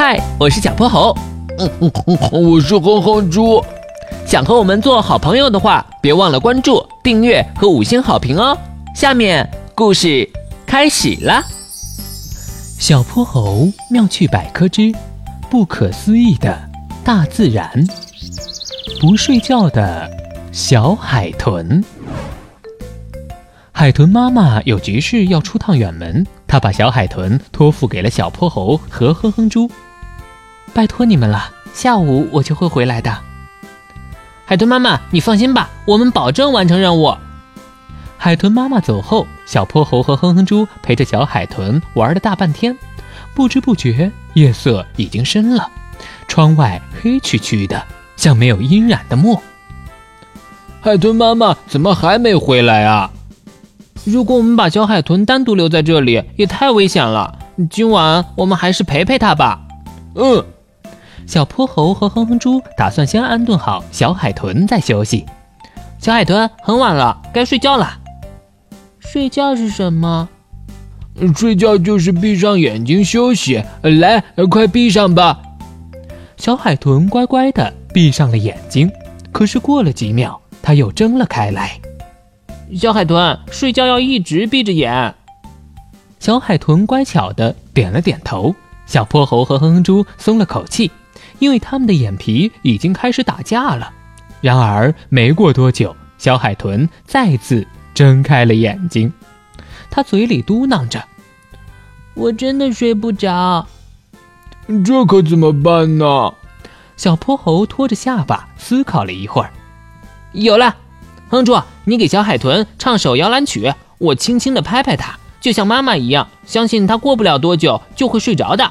嗨，我是小泼猴。 我是哼哼猪。 想和我们做好朋友的话，别忘了关注、订阅和5星好评哦。下面故事开始啦。小泼猴妙趣百科之不可思议的大自然。不睡觉的小海豚。海豚妈妈有急事要出趟远门，她把小海豚托付给了小泼猴和哼哼猪。拜托你们了，下午我就会回来的。海豚妈妈，你放心吧，我们保证完成任务。海豚妈妈走后，小泼猴和哼哼猪陪着小海豚玩了大半天。不知不觉，夜色已经深了，窗外黑黢黢的，像没有阴染的墨。 海豚妈妈怎么还没回来啊？ 如果我们把小海豚单独留在这里，也太危险了。今晚我们还是陪陪它吧。小泼猴和哼哼猪打算先安顿好小海豚再休息。小海豚，很晚了，该睡觉了。睡觉是什么？ 睡觉就是闭上眼睛休息。来，快闭上吧。 小海豚乖乖地闭上了眼睛，可是过了几秒，它又睁了开来。小海豚，睡觉要一直闭着眼。小海豚乖巧地点了点头。小泼猴和哼哼猪松了口气，因为他们的眼皮已经开始打架了。然而没过多久，小海豚再次睁开了眼睛，他嘴里嘟囔着：“我真的睡不着。” 这可怎么办呢？ 小泼猴拖着下巴思考了一会儿，有了，哼猪，你给小海豚唱首摇篮曲，我轻轻地拍拍它，就像妈妈一样，相信它过不了多久就会睡着的。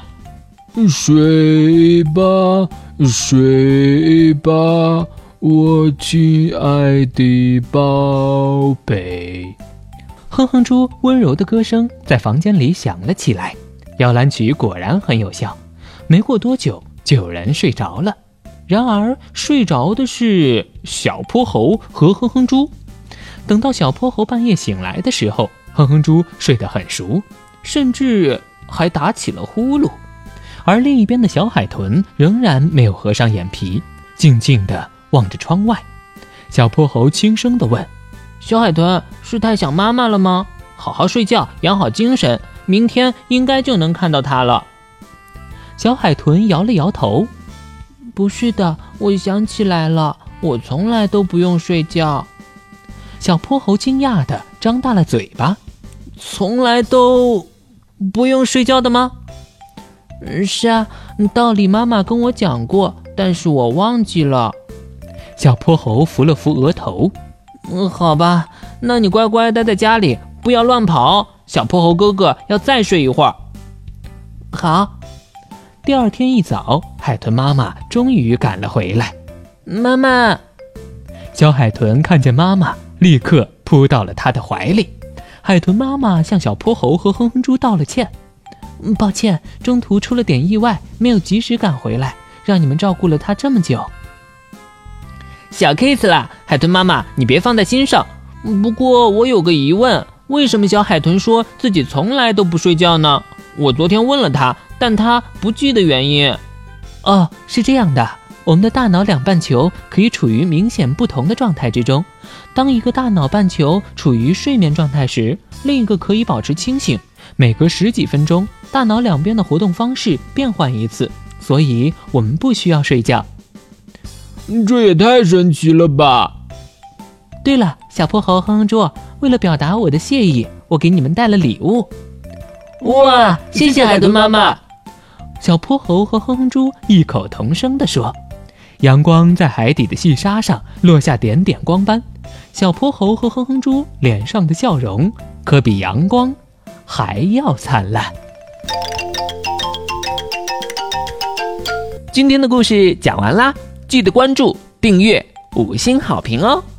睡吧，睡吧，我亲爱的宝贝。 哼哼猪温柔的歌声在房间里响了起来，摇篮曲果然很有效。没过多久，就有人睡着了。然而睡着的是小泼猴和哼哼猪。等到小泼猴半夜醒来的时候，哼哼猪睡得很熟，甚至还打起了呼噜。而另一边的小海豚仍然没有合上眼皮，静静地望着窗外。小泼猴轻声地问：小海豚，是太想妈妈了吗？好好睡觉，养好精神，明天应该就能看到它了。小海豚摇了摇头：不是的，我想起来了，我从来都不用睡觉。小泼猴惊讶地张大了嘴巴：从来都不用睡觉的吗？是啊，道理妈妈跟我讲过，但是我忘记了。小泼猴扶了扶额头：好吧，那你乖乖待在家里，不要乱跑。小泼猴哥哥要再睡一会儿。好。第二天一早，海豚妈妈终于赶了回来。妈妈！小海豚看见妈妈，立刻扑到了她的怀里。海豚妈妈向小泼猴和哼哼猪道了歉：抱歉，中途出了点意外，没有及时赶回来，让你们照顾了它这么久。小 case 啦，海豚妈妈，你别放在心上。不过我有个疑问，为什么小海豚说自己从来都不睡觉呢？我昨天问了他，但他不记得原因。哦，是这样的，我们的大脑两半球可以处于明显不同的状态之中。当一个大脑半球处于睡眠状态时，另一个可以保持清醒。每隔10几分钟，大脑两边的活动方式变换一次，所以我们不需要睡觉。 这也太神奇了吧！ 对了，小泼猴哼哼猪，为了表达我的谢意，我给你们带了礼物。 哇，谢谢海豚妈妈！ 小泼猴和哼哼猪异口同声地说。阳光在海底的细沙上落下点点光斑，小泼猴和哼哼猪脸上的笑容可比阳光还要灿烂。今天的故事讲完啦，记得关注、订阅、5星好评哦！